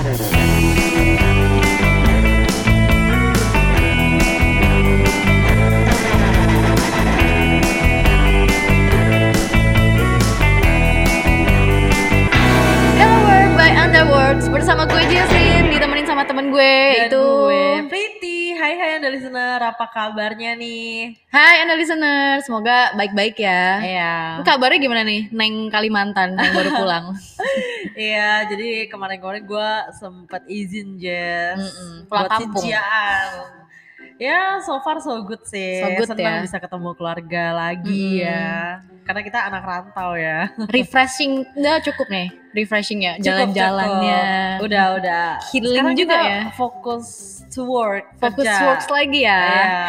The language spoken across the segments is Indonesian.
Bersama gue Jesslyn, ditemenin sama temen gue. Dan itu gue Priti. Hai Anda listener, apa kabarnya nih? Hai Anda listener, semoga baik-baik ya. Iya. Kabarnya gimana nih, Neng Kalimantan yang baru pulang? Iya, jadi kemarin-kemarin gue sempet izin Jess pulang buat kampung. Cinciaan. Ya, so far so good sih. So good Senang ya. bisa ketemu keluarga lagi ya. Karena kita anak rantau ya. Refreshing, udah cukup nih. Refreshing ya, jalan-jalannya. Udah. Healing sekarang juga kita ya. Fokus to work. Fokus kerja. works lagi ya. Iya.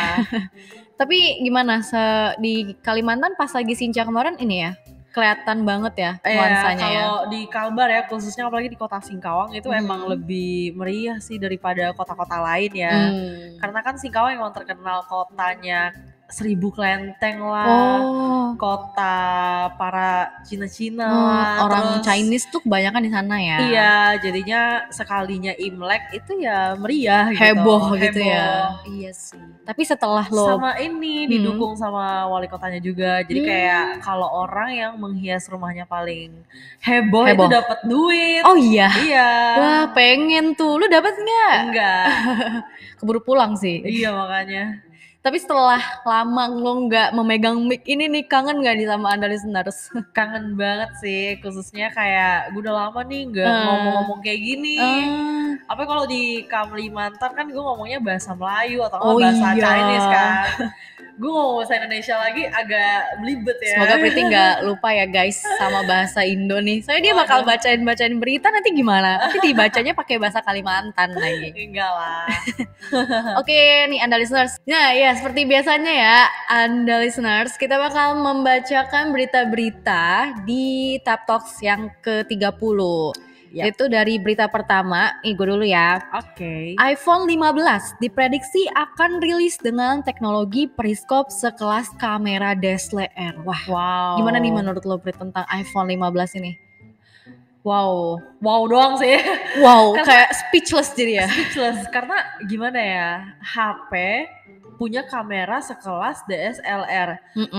Tapi gimana di Kalimantan pas lagi Sinca kemarin ini ya? Kelihatan banget ya nuansanya ya. Kalau di Kalbar ya, khususnya apalagi di kota Singkawang itu emang lebih meriah sih daripada kota-kota lain ya. Karena kan Singkawang emang terkenal kotanya 1000 kelenteng lah, kota para Cina-Cina lah, orang terus, Chinese tuh kebanyakan di sana ya. Iya, jadinya sekalinya Imlek itu ya meriah gitu. Heboh gitu ya. Iya sih. Tapi setelah lo sama ini didukung sama wali kotanya juga. Jadi kayak kalau orang yang menghias rumahnya paling heboh. itu dapat duit. Oh iya. Iya. Wah, pengen tuh. Lu dapat nggak? Enggak. Keburu pulang sih. Iya makanya. Tapi setelah lama lo nggak memegang mic ini nih, kangen nggak nih sama Anda listeners? Kangen banget sih, khususnya kayak gue udah lama nih nggak ngomong-ngomong kayak gini. Apa kalau di Kalimantan kan gue ngomongnya bahasa Melayu atau bahasa Chinese kan. Gue ngomong bahasa Indonesia lagi agak belibet ya. Semoga Priti nggak lupa ya guys sama bahasa Indo nih. Soalnya dia bakal bacain berita nanti gimana? Nanti dibacanya pakai bahasa Kalimantan lagi. Enggak lah. Oke nih Anda listeners. Nah ya seperti biasanya ya Anda listeners, kita bakal membacakan berita-berita di Tap Talks yang ke-30. Itu dari berita pertama, gue dulu ya. Oke. iPhone 15 diprediksi akan rilis dengan teknologi periskop sekelas kamera DSLR. Wow. Gimana nih menurut lo Prit tentang iPhone 15 ini? Wow doang sih. Wow, kayak speechless jadi ya. Speechless karena gimana ya, HP punya kamera sekelas DSLR.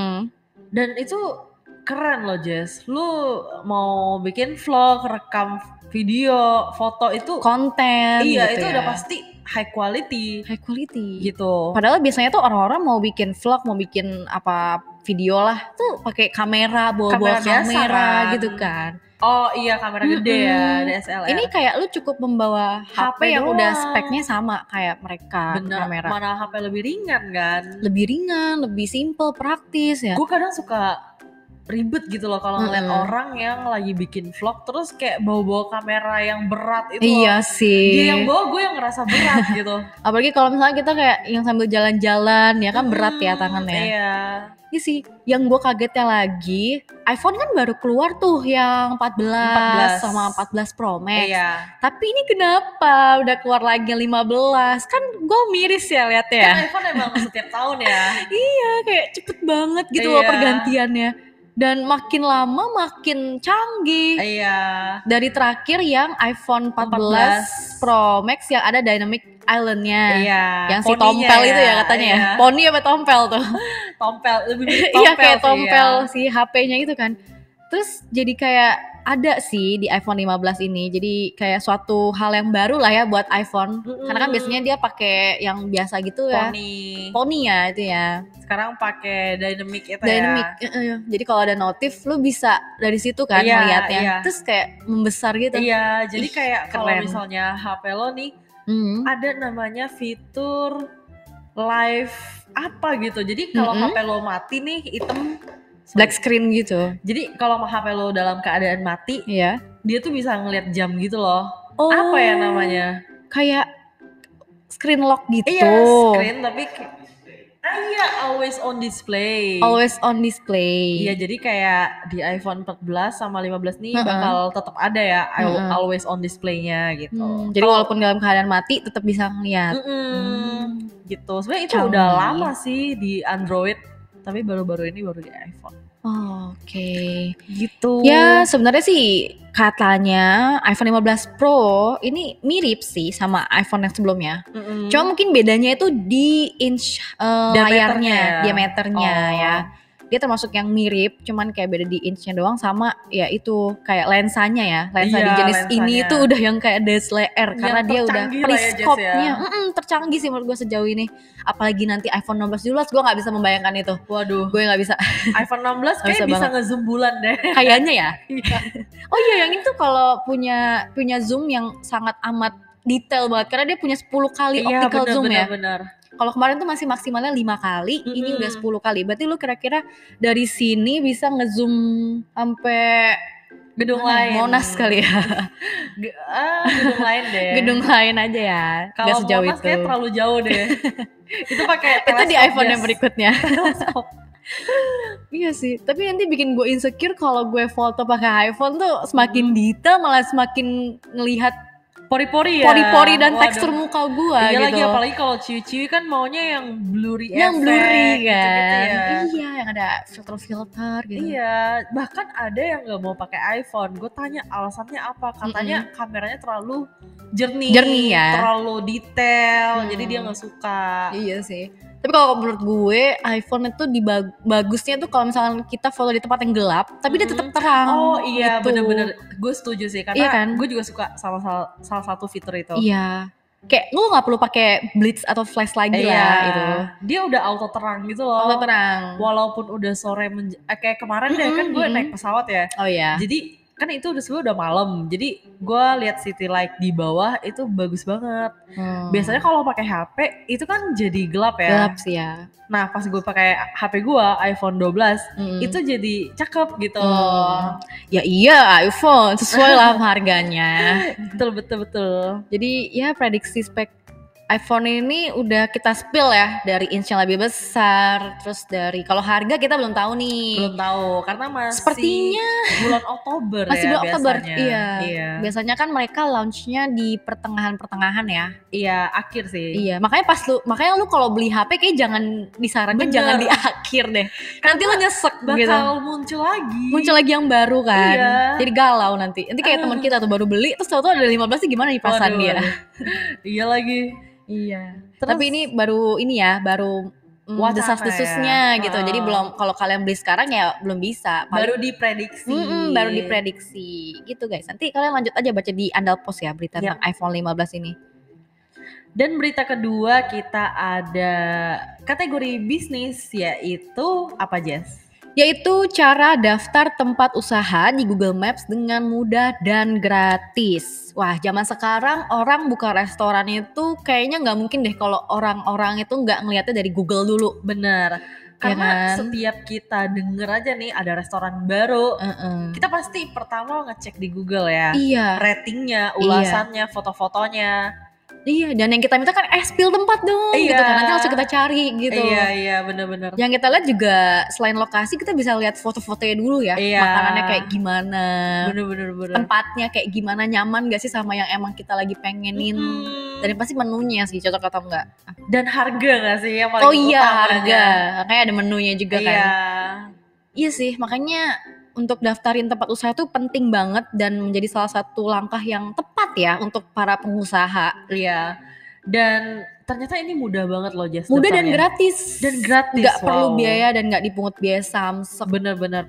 Dan itu keren loh Jess. Lu mau bikin vlog, rekam video, foto itu konten. Iya, gitu itu ya. udah pasti high quality. High quality. Gitu. Padahal biasanya tuh orang-orang mau bikin vlog, mau bikin apa video lah, tuh pakai kamera, bawa kamera gitu kan. Oh iya, kamera gede ya, DSLR. Ini kayak lu cukup membawa HP yang doang. udah speknya sama kayak mereka. Bener, kamera. mana HP lebih ringan kan? Lebih ringan, lebih simple, praktis ya. Gue kadang suka ribet gitu loh kalau ngeliat orang yang lagi bikin vlog terus kayak bawa kamera yang berat itu. Iya sih. Dia yang bawa, gue yang ngerasa berat gitu. Apalagi kalau misalnya kita kayak yang sambil jalan-jalan ya kan berat ya tangannya. Iya. Ini sih yang gue kagetnya lagi, iPhone kan baru keluar tuh yang 14 sama 14 Pro Max. Iya. Tapi ini kenapa udah keluar lagi 15? Kan gue miris ya liatnya. Kan iPhone emang setiap tahun ya. Iya, kayak cepet banget gitu loh pergantiannya. Dan makin lama makin canggih. Iya. Dari terakhir yang iPhone 14 Pro Max yang ada Dynamic Island-nya. Iya. Yang si tompel itu ya katanya ya. Poni apa tompel tuh? Tompel, lebih mirip tompel. Iya kayak tompel si HP-nya itu kan. Terus jadi kayak ada sih di iPhone 15 ini. Jadi kayak suatu hal yang baru lah ya buat iPhone. Karena kan biasanya dia pakai yang biasa gitu ya. Poni ya itu ya. Sekarang pakai dynamic itu ya. Jadi kalau ada notif lu bisa dari situ kan ngeliatnya. Iya. Terus kayak membesar gitu. Iya, jadi kayak kalau misalnya HP lo nih ada namanya fitur live apa gitu. Jadi kalau HP lo mati nih hitam black screen gitu. Jadi kalau HP lo dalam keadaan mati, dia tuh bisa ngeliat jam gitu loh. Oh, apa ya namanya? Kayak screen lock gitu. Iya, screen tapi iya, always on display. Always on display. Iya, jadi kayak di iPhone 14 sama 15 nih bakal tetap ada ya always on display-nya gitu. Jadi walaupun dalam keadaan mati tetap bisa ngeliat. Gitu. Sebenarnya itu udah lama sih di Android, tapi baru-baru ini baru di iPhone. Oke. Gitu. Ya sebenarnya sih katanya iPhone 15 Pro ini mirip sih sama iPhone yang sebelumnya. Cuma mungkin bedanya itu di inch layarnya, diameternya ya. Dia termasuk yang mirip, cuman kayak beda di inchnya doang sama ya itu kayak lensanya ya. Lensa di jenis ini tuh udah yang kayak DSLR karena dia udah periskopnya tercanggih sih menurut gue sejauh ini. Apalagi nanti iPhone 16 dulu, gue nggak bisa membayangkan itu. Waduh, gue nggak bisa. iPhone 16 kayak bisa ngezoom bulan deh. Kayaknya ya. Oh iya, yang itu kalau punya zoom yang sangat amat detail banget karena dia punya 10 kali optical zoom ya. Benar. Kalau kemarin tuh masih maksimalnya 5 kali, ini udah 10 kali. Berarti lu kira-kira dari sini bisa ngezoom sampai gedung lain. Monas kali ya. Gedung lain deh. Gedung lain aja ya. Kalau Monas kayak terlalu jauh deh. Itu pakai itu di iPhone yang berikutnya. Iya sih, tapi nanti bikin gue insecure kalau gue foto pakai iPhone tuh semakin detail malah semakin ngelihat pori-pori dan tekstur muka gue iya gitu. Lagi apalagi kalau ciwi-ciwi kan maunya yang blurry yang blurry kan gitu ya. Iya, yang ada filter gitu. Iya, bahkan ada yang nggak mau pakai iPhone. Gue tanya alasannya apa, katanya kameranya terlalu jernih ya, terlalu detail, jadi dia nggak suka. Iya sih. Tapi kalau menurut gue iPhone itu bagusnya tuh kalau misalnya kita foto di tempat yang gelap, tapi dia tetap terang. Oh iya, gitu. bener-bener. Gue setuju sih karena iya kan? Gue juga suka salah satu fitur itu. Iya. Kayak lu nggak perlu pakai blitz atau flash lagi lah itu. Dia udah auto terang gitu loh. Auto terang. Walaupun udah sore kayak kemarin deh kan gue naik pesawat ya. Oh iya. Jadi kan itu udah malam, jadi gue lihat city light di bawah itu bagus banget. Biasanya kalau pakai HP itu kan jadi gelap ya. Gelap sih ya. Nah pas gue pakai HP gue iPhone 12 itu jadi cakep gitu. Ya iya iPhone sesuai lah harganya. betul. Jadi ya prediksi spek iPhone ini udah kita spill ya dari inch yang lebih besar, terus dari kalau harga kita belum tahu nih. Belum tahu karena masih sepertinya bulan Oktober masih ya bulan Oktober. Biasanya. Iya. Biasanya kan mereka launchnya di pertengahan ya. Iya, akhir sih. Iya, makanya lu kalau beli HP kayak jangan disarankan jangan di akhir deh. Nanti lu nyesek bakal gitu. Muncul lagi yang baru kan. Iya. Jadi galau nanti kayak teman kita tuh baru beli terus tahu-tahu ada 15 sih gimana nih perasaan dia. Iya lagi. Iya. Terus, tapi ini baru desas-desusnya gitu. Jadi belum, kalau kalian beli sekarang ya belum bisa. Baru diprediksi. Baru diprediksi gitu guys. Nanti kalian lanjut aja baca di Andal Post ya berita tentang iPhone 15 ini. Dan berita kedua kita ada kategori bisnis, yaitu apa Jess? Yaitu cara daftar tempat usaha di Google Maps dengan mudah dan gratis. Wah, zaman sekarang orang buka restoran itu kayaknya nggak mungkin deh kalau orang-orang itu nggak ngeliatnya dari Google dulu. Bener. Karena setiap kita denger aja nih ada restoran baru, kita pasti pertama ngecek di Google ya. Iya. Ratingnya, ulasannya, foto-fotonya. Iya, dan yang kita minta kan spill tempat dong gitu kan, nanti langsung kita cari gitu. Iya, benar-benar. Yang kita lihat juga selain lokasi kita bisa lihat foto-fotonya dulu ya, makanannya kayak gimana, bener. tempatnya kayak gimana, nyaman gak sih sama yang emang kita lagi pengenin, dan pasti menunya sih cocok atau enggak. Dan harga gak sih yang paling utama? Oh iya, harga, makanya ada menunya juga kan. Iya sih, makanya untuk daftarin tempat usaha itu penting banget dan menjadi salah satu langkah yang tepat ya untuk para pengusaha. Iya. Dan ternyata ini mudah banget loh Jess. Mudah dan gratis. Gak perlu biaya dan gak dipungut biaya samsek. Bener.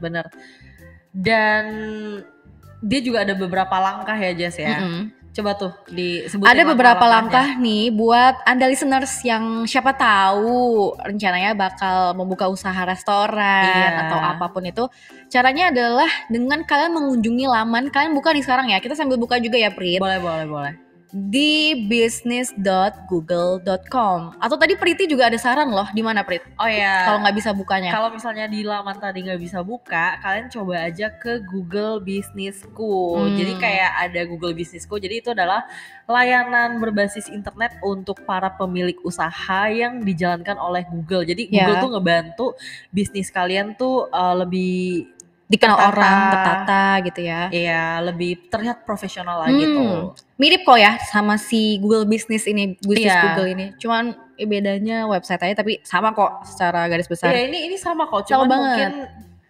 Dan dia juga ada beberapa langkah ya Jess ya. Coba tuh disebutin. Ada beberapa langkah nih buat Anda listeners yang siapa tahu rencananya bakal membuka usaha restoran atau apapun itu. Caranya adalah dengan kalian mengunjungi laman, kalian buka nih sekarang ya. Kita sambil buka juga ya Prit. Boleh. Di business.google.com. Atau tadi Priti juga ada saran loh, di mana Prit? Oh ya. Kalau nggak bisa bukanya. Kalau misalnya di laman tadi nggak bisa buka, kalian coba aja ke Google Business School. Jadi kayak ada Google Business School. Jadi itu adalah layanan berbasis internet untuk para pemilik usaha yang dijalankan oleh Google. Jadi Google tuh ngebantu bisnis kalian tuh lebih dikenal orang, tertata gitu ya. Iya, lebih terlihat profesional lah gitu. Mirip kok ya sama si Google Business ini, Google ini. Cuman bedanya website aja tapi sama kok secara garis besar. Iya, ini sama kok. Cuman mungkin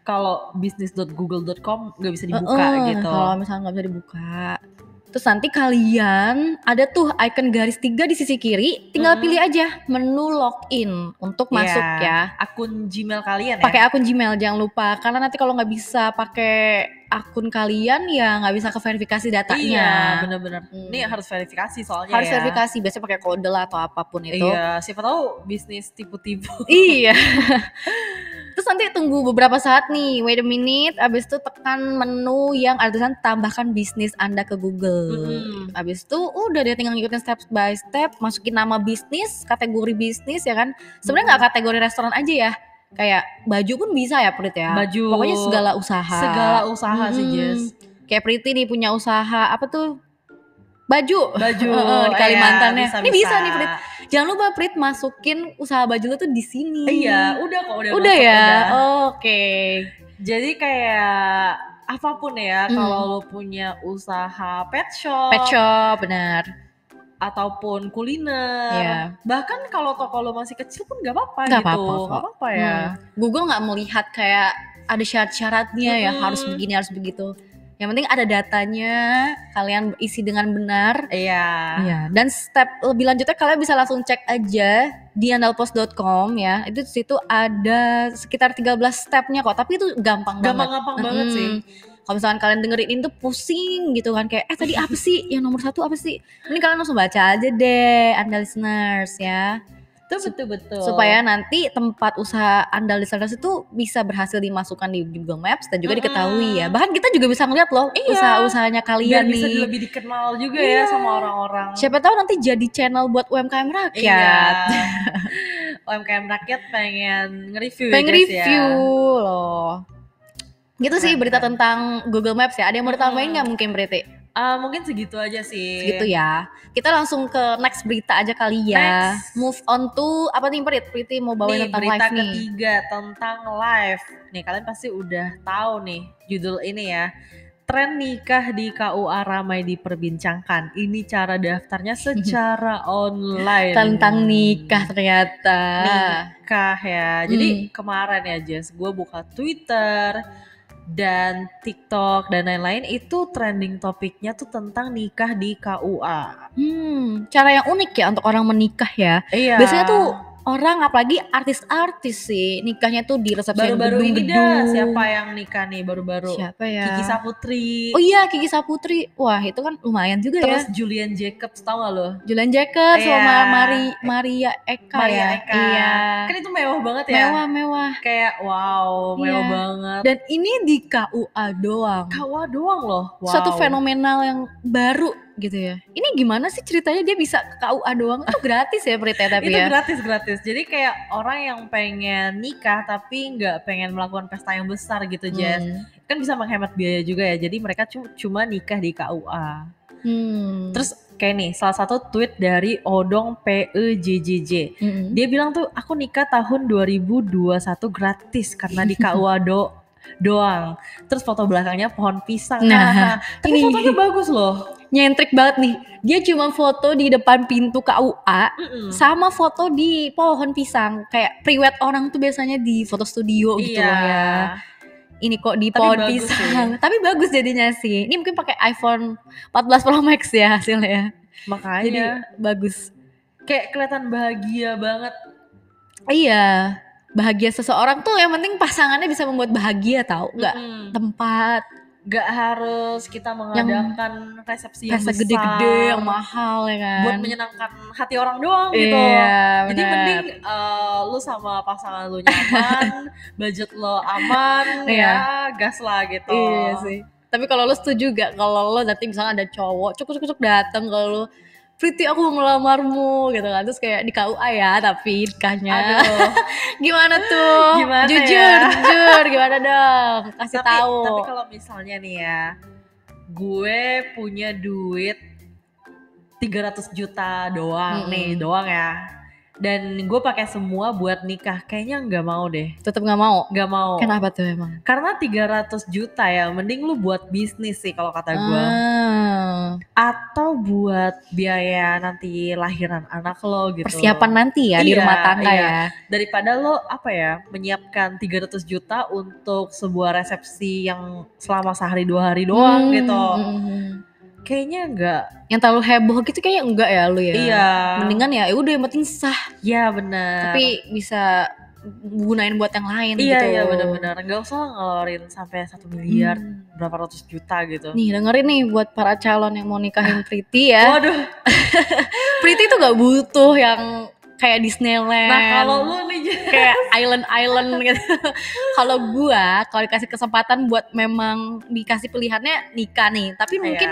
kalau bisnis.google.com nggak bisa dibuka gitu. Kalau misalnya nggak bisa dibuka. Terus nanti kalian ada tuh icon garis 3 di sisi kiri, tinggal pilih aja menu login untuk masuk ya. Akun Gmail kalian ya. Pakai akun Gmail jangan lupa, karena nanti kalau nggak bisa pakai akun kalian ya nggak bisa keverifikasi datanya. Iya benar-benar. Ini harus verifikasi soalnya harus verifikasi, biasanya pakai kode lah atau apapun itu. Iya, siapa tahu bisnis tipu-tipu. Iya. Terus nanti tunggu beberapa saat nih, wait a minute, abis itu tekan menu yang ada tulisan tambahkan bisnis Anda ke Google. Abis itu udah dia tinggal ngikutin step by step, masukin nama bisnis, kategori bisnis ya kan. Sebenarnya nggak kategori restoran aja ya, kayak baju pun bisa ya Prit ya. Baju. Pokoknya segala usaha. Segala usaha sih Jess. Kayak Priti nih punya usaha apa tuh? Baju di Kalimantan ya. Ini bisa nih Prit. Jangan lupa Prit masukin usaha baju lo tuh di sini. Iya, udah kok udah ya. Oke. Jadi kayak apapun ya, kalau lo punya usaha pet shop, benar. Ataupun kuliner. Bahkan kalau toko lo masih kecil pun nggak apa-apa gitu. Nggak apa-apa ya. Google nggak melihat kayak ada syarat-syaratnya ya harus begini harus begitu. Yang penting ada datanya, kalian isi dengan benar. Iya. Dan step lebih lanjutnya kalian bisa langsung cek aja di andalpos.com ya. Itu di situ ada sekitar 13 stepnya kok, tapi itu gampang banget. Gampang banget sih. Kalau misalkan kalian dengerin ini tuh pusing gitu kan, kayak tadi apa sih yang nomor 1 apa sih? Ini kalian langsung baca aja deh, Anda listeners ya. Betul. Supaya nanti tempat usaha Anda listeners itu bisa berhasil dimasukkan di Google Maps dan juga diketahui ya. Bahkan kita juga bisa ngeliat loh usaha-usahanya kalian biar nih. Bisa lebih dikenal juga ya sama orang-orang. Siapa tahu nanti jadi channel buat UMKM rakyat. UMKM rakyat pengen nge-review loh. Gitu sih berita tentang Google Maps ya. Ada yang mau ditambahin nggak mungkin Priti? Mungkin segitu aja sih. Segitu ya. Kita langsung ke next berita aja kali ya. Move on to apa nih Priti mau bawain tentang live nih. Berita ketiga tentang live. Nih kalian pasti udah tahu nih judul ini ya. Tren nikah di KUA ramai diperbincangkan. Ini cara daftarnya secara online. Tentang nikah ternyata. Nikah ya. Jadi kemarin ya Jess, gue buka Twitter dan TikTok dan lain-lain, itu trending topiknya tuh tentang nikah di KUA. Cara yang unik ya untuk orang menikah ya. Biasanya tuh orang apalagi artis-artis sih nikahnya tuh di resepsi baru-baru ini dah siapa yang nikah nih baru-baru? Siapa ya? Kiki Saputri. Oh iya Kiki Saputri. Wah itu kan lumayan juga. Terus Julian Jacobs, tau gak lo? Julian Jacobs sama Maria Eka. Iya. Kan itu mewah banget ya. Mewah. Kayak wow, mewah banget. Dan ini di KUA doang. KUA doang loh. Wow. Suatu fenomenal yang baru gitu ya. Ini gimana sih ceritanya dia bisa ke KUA doang? Itu gratis ya berita tapi itu ya. Itu gratis. Jadi kayak orang yang pengen nikah tapi nggak pengen melakukan pesta yang besar gitu Jess. Kan bisa menghemat biaya juga ya. Jadi mereka cuma nikah di KUA. Terus kayak nih salah satu tweet dari Odong PEJJJ. Dia bilang tuh aku nikah tahun 2021 gratis karena di KUA doang. Terus foto belakangnya pohon pisang. Tapi fotonya bagus loh. Nyentrik banget nih. Dia cuma foto di depan pintu KUA sama foto di pohon pisang. Kayak pre-wed orang tuh biasanya di foto studio gitu loh ya. Ini kok di pohon pisang. Tapi bagus jadinya sih. Ini mungkin pakai iPhone 14 Pro Max ya hasilnya. Makanya jadi bagus. Kayak kelihatan bahagia banget. Iya. Bahagia seseorang tuh yang penting pasangannya bisa membuat bahagia tau. Gak tempat. Gak harus kita mengadakan resepsi yang besar, gede-gede, yang mahal ya kan. Buat menyenangkan hati orang doang gitu. Jadi mending lu sama pasangan lu nyaman, budget lo aman, ya gas lah gitu. Iya sih. Tapi kalau lu setuju gak kalau lo nanti misalnya ada cowok cuk datang kalau lu, Priti aku mau ngelamarmu gitu kan. Terus kayak di KUA ya tapi nikahnya. Gimana tuh? Jujur gimana dong? Kasih tahu. Tapi kalau misalnya nih ya, gue punya duit 300 juta doang doang ya. Dan gue pakai semua buat nikah, kayaknya nggak mau deh. Tetap nggak mau? Nggak mau. Kenapa tuh emang? Karena 300 juta ya, mending lu buat bisnis sih kalau kata gue. Atau buat biaya nanti lahiran anak lo gitu. Persiapan nanti ya di rumah tangga ya. Daripada lo menyiapkan 300 juta untuk sebuah resepsi yang selama sehari 2 hari doang gitu. Kayaknya enggak. Yang terlalu heboh gitu kayaknya enggak ya lu ya. Iya. Mendingan ya udah yang penting sah. Iya benar. Tapi bisa gunain buat yang lain gitu. Iya benar-benar. Gak usah ngeluarin sampai 1 miliar, berapa ratus juta gitu. Nih dengerin nih buat para calon yang mau nikahin Priti ya. Waduh. Priti tuh gak butuh yang kayak Disneyland. Nah kalau lu nih kayak island gitu. Kalau gua kalau dikasih kesempatan buat memang dikasih pilihannya nikah nih, tapi mungkin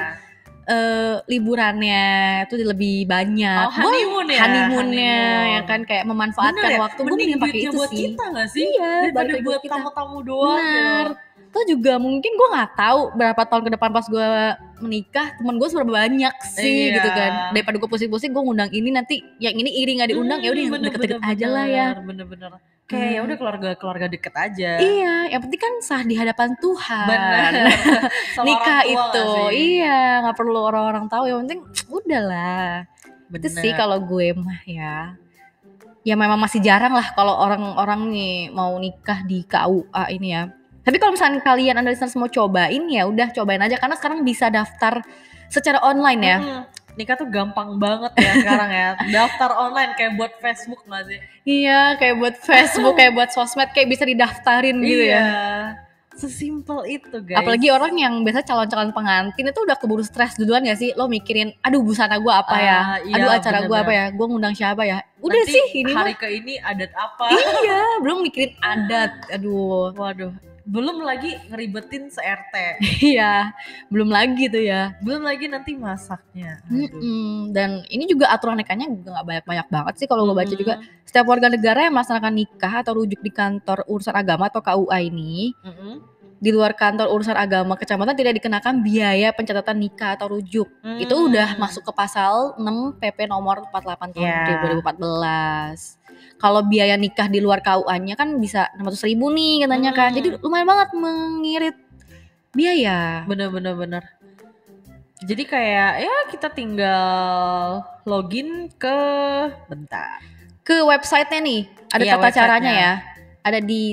liburannya itu lebih banyak. Honeymoonnya ya kan kayak memanfaatkan waktu. Gue mending pakai itu buat sih. Kita gak sih? Iya, daripada buat tamu-tamu doang. Benar. Tuh juga mungkin gue nggak tahu berapa tahun ke depan pas gue menikah teman gue seberapa banyak sih gitu kan. Daripada gue pusing-pusing gue ngundang ini nanti yang ini iri nggak diundang ya udah yang deket-deket aja lah ya. Bener-bener. Kayak ya udah keluarga deket aja. Iya, yang penting kan sah di hadapan Tuhan. Benar. Nikah itu, iya nggak perlu orang-orang tahu. Yang penting udahlah. Itu sih kalau gue mah ya. Ya memang masih jarang lah kalau orang-orang nih mau nikah di KUA ini ya. Tapi kalau misalnya kalian Anda listeners mau cobain ya udah cobain aja karena sekarang bisa daftar secara online ya. Nikah tuh gampang banget ya sekarang ya. Daftar online kayak buat Facebook gak sih? Iya, kayak buat Facebook, kayak buat sosmed kayak bisa didaftarin gitu ya. Sesimpel itu guys. Apalagi orang yang biasa calon-calon pengantin itu udah keburu stres duluan gak sih? Lo mikirin, aduh busana gue apa ya? Aduh acara gue apa ya? Gue ngundang siapa ya? Udah nanti sih ini hari ke ini adat apa? Iya, belum mikirin adat. Aduh. Waduh. Belum lagi ngeribetin se-RT. Iya, belum lagi tuh ya. Belum lagi nanti masaknya. Dan ini juga aturan nikahnya juga gak banyak-banyak banget sih kalau gue baca juga. Setiap warga negara yang melaksanakan nikah atau rujuk di kantor urusan agama atau KUA ini, di luar kantor urusan agama kecamatan tidak dikenakan biaya pencatatan nikah atau rujuk. Itu udah masuk ke pasal 6 PP nomor 48 tahun 2014. Kalau biaya nikah di luar KUA-nya kan bisa 600.000 nih katanya kan. Jadi lumayan banget mengirit biaya. Bener. Jadi kayak ya kita tinggal login ke website-nya nih. Ada tata caranya ya. Ada di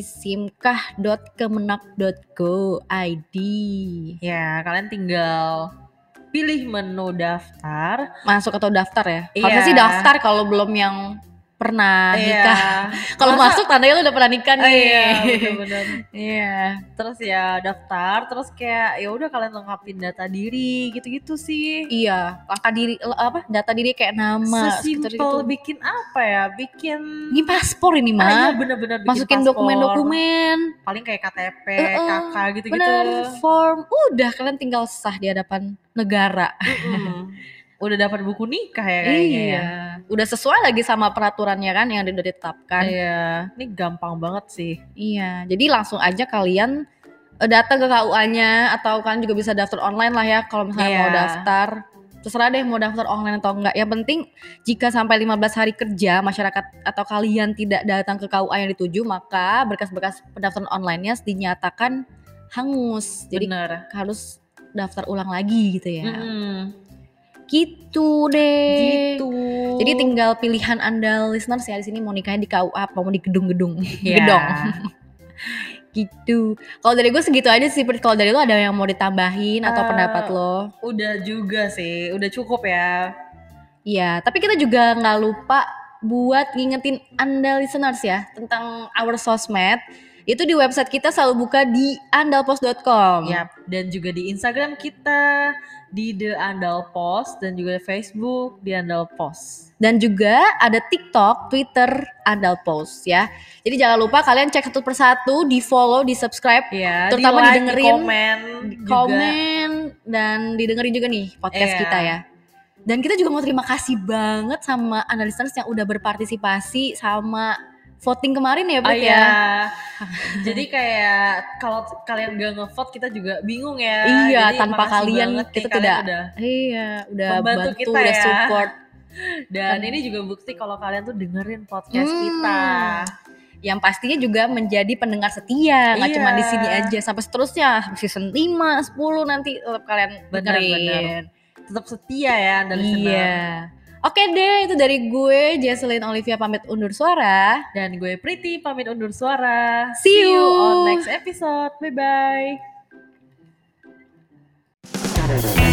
simkah.kemenak.go.id. Ya, kalian tinggal pilih menu daftar. Masuk atau daftar ya? Harusnya sih daftar kalau belum yang pernah nikah. Kalau masuk tandanya lu udah pernah nikah nih. Iya, benar-benar. Iya. Terus ya daftar, terus kayak ya udah kalian lengkapin data diri gitu-gitu sih. Iya, data diri kayak nama. Sesimpel bikin apa ya? Bikin paspor ini mah. Iya benar-benar bikin masukin dokumen-dokumen. Paling kayak KTP, KK gitu-gitu. Bener, form. Udah kalian tinggal sah di hadapan negara. Udah dapat buku nikah ya kayaknya ya. Udah sesuai lagi sama peraturannya kan yang udah ditetapkan. Iya, ini gampang banget sih. Iya, jadi langsung aja kalian datang ke KUA-nya atau kalian juga bisa daftar online lah ya kalau misalnya mau daftar. Terserah deh mau daftar online atau enggak. Yang penting jika sampai 15 hari kerja masyarakat atau kalian tidak datang ke KUA yang dituju, maka berkas-berkas pendaftaran online-nya dinyatakan hangus. Jadi harus daftar ulang lagi gitu ya. Gitu deh. Jadi tinggal pilihan Anda listeners ya di sini mau nikahnya di KUA apa mau di gedung-gedung. Gedong. Gitu. Kalau dari gue segitu aja sih. Kalau dari lo ada yang mau ditambahin atau pendapat lo? Udah juga sih, udah cukup ya. Iya, tapi kita juga nggak lupa buat ngingetin Anda listeners ya tentang our sosmed. Itu di website kita selalu buka di andalpost.com. Yap, dan juga di Instagram kita di The Andal Post dan juga Facebook di Andal Post. Dan juga ada TikTok, Twitter Andal Post ya. Jadi jangan lupa kalian cek satu persatu, di follow, di subscribe, ya, terutama di like, didengerin, di komen dan didengerin juga nih podcast kita ya. Dan kita juga mau terima kasih banget sama Anda listeners yang udah berpartisipasi sama voting kemarin ya, Brit ya. Jadi kayak kalau kalian gak ngevote kita juga bingung ya. Iya, jadi tanpa kalian kita tidak udah membantu bantu, kita udah support. Dan ini juga bukti kalau kalian tuh dengerin podcast kita. Yang pastinya juga menjadi pendengar setia, nggak cuma di sini aja sampai seterusnya season 5, 10 nanti tetap kalian dengerin. tetap setia ya Anda listener. Iya. Oke deh, itu dari gue Jesselyn Olivia pamit undur suara. Dan gue Priti pamit undur suara. See you on next episode. Bye bye.